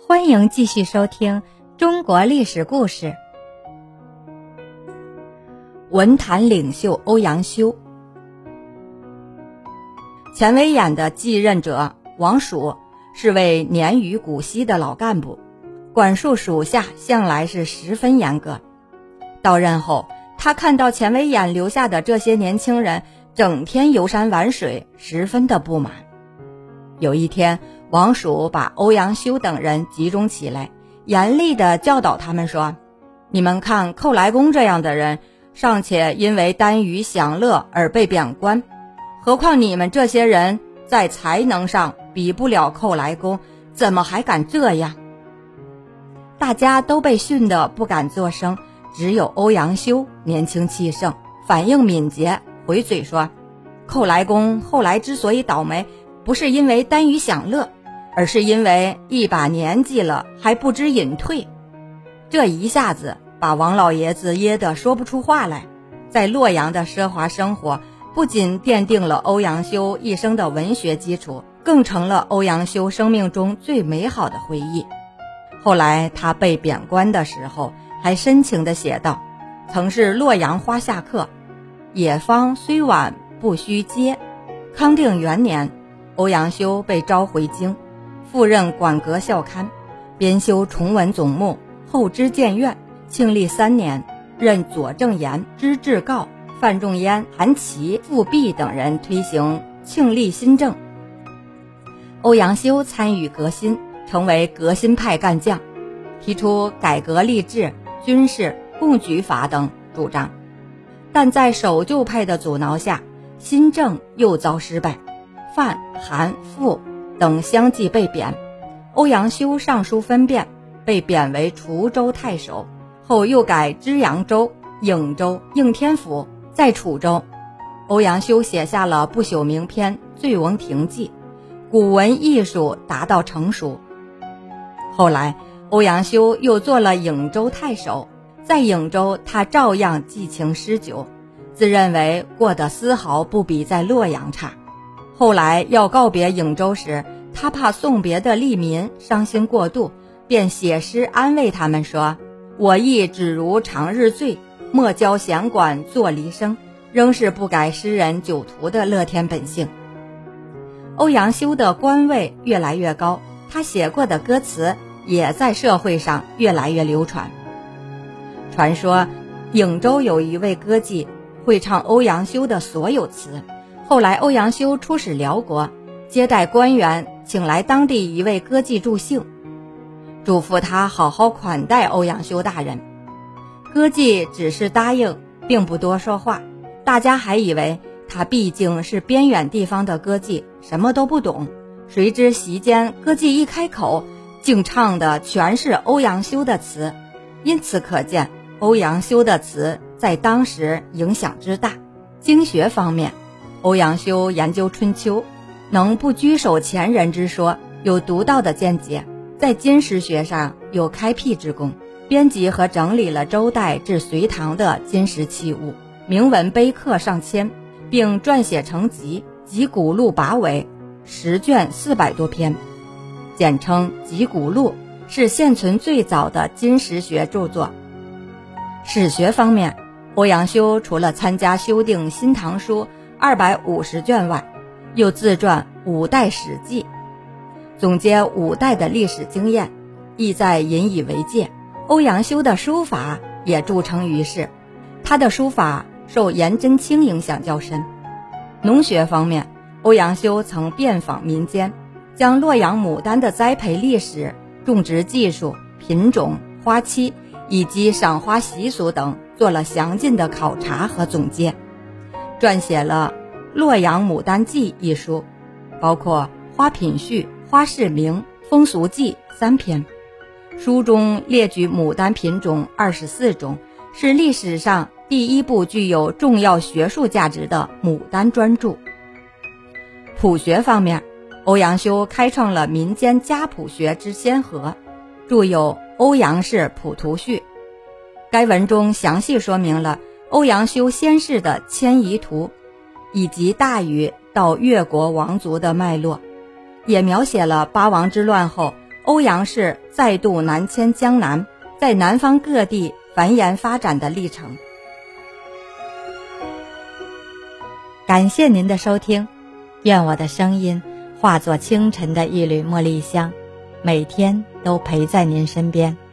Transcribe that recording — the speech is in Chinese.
欢迎继续收听中国历史故事。文坛领袖欧阳修，钱维演的继任者王曙是位年逾古稀的老干部，管束属下向来是十分严格。到任后，他看到钱维演留下的这些年轻人整天游山玩水，十分的不满。有一天，王曙把欧阳修等人集中起来，严厉地教导他们说：你们看寇来公这样的人，尚且因为耽于享乐而被贬官，何况你们这些人在才能上比不了寇来公，怎么还敢这样？大家都被训得不敢作声，只有欧阳修年轻气盛，反应敏捷，回嘴说：寇来公后来之所以倒霉，不是因为耽于享乐，而是因为一把年纪了还不知隐退。这一下子把王老爷子噎得说不出话来。在洛阳的奢华生活不仅奠定了欧阳修一生的文学基础，更成了欧阳修生命中最美好的回忆。后来他被贬官的时候，还深情地写道：曾是洛阳花下客，野芳虽晚不须嗟。康定元年，欧阳修被召回京，复任馆阁校勘，编修崇文总目，后知谏院，庆历3年，任左正言、知制诰，范仲淹、韩琦、富弼等人推行庆历新政。欧阳修参与革新，成为革新派干将，提出改革吏治、军事、贡举法等主张，但在守旧派的阻挠下，新政又遭失败，范、韩、傅等相继被贬。欧阳修上书分辨，被贬为滁州太守，后又改知扬州、颍州、应天府，在楚州。欧阳修写下了不朽名篇《醉翁亭记》，古文艺术达到成熟。后来欧阳修又做了颍州太守，在颍州他照样寄情诗酒，自认为过得丝毫不比在洛阳差。后来要告别颍州时，他怕送别的吏民伤心过度，便写诗安慰他们说：我亦只如长日醉，莫教闲管作离声，仍是不改诗人酒徒的乐天本性。欧阳修的官位越来越高，他写过的歌词也在社会上越来越流传。传说颍州有一位歌妓会唱欧阳修的所有词，后来欧阳修出使辽国，接待官员，请来当地一位歌妓助兴，嘱咐他好好款待欧阳修大人。歌妓只是答应，并不多说话，大家还以为他毕竟是边远地方的歌妓，什么都不懂。谁知席间歌妓一开口，竟唱的全是欧阳修的词，因此可见欧阳修的词在当时影响之大。经学方面，欧阳修研究春秋，能不拘守前人之说，有独到的见解，在金石学上有开辟之功，编辑和整理了周代至隋唐的金石器物，铭文碑刻上千，并撰写成集，集古录跋尾，10卷400多篇，简称集古录，是现存最早的金石学著作。史学方面，欧阳修除了参加修订《新唐书》250卷外，又自传5代史记，总结5代的历史经验，意在引以为戒。欧阳修的书法也著称于世，他的书法受颜真卿影响较深。农学方面，欧阳修曾遍访民间，将洛阳牡丹的栽培历史、种植技术、品种、花期以及赏花习俗等做了详尽的考察和总结，撰写了《洛阳牡丹记》一书，包括花品序、花市名、风俗记3篇。书中列举牡丹品种24种，是历史上第一部具有重要学术价值的牡丹专著。谱学方面，欧阳修开创了民间家谱学之先河，著有《欧阳氏谱图序》。该文中详细说明了欧阳修先世的迁移图，以及大禹到越国王族的脉络，也描写了八王之乱后欧阳氏再度南迁江南，在南方各地繁衍发展的历程。感谢您的收听，愿我的声音化作清晨的一缕茉莉香，每天都陪在您身边。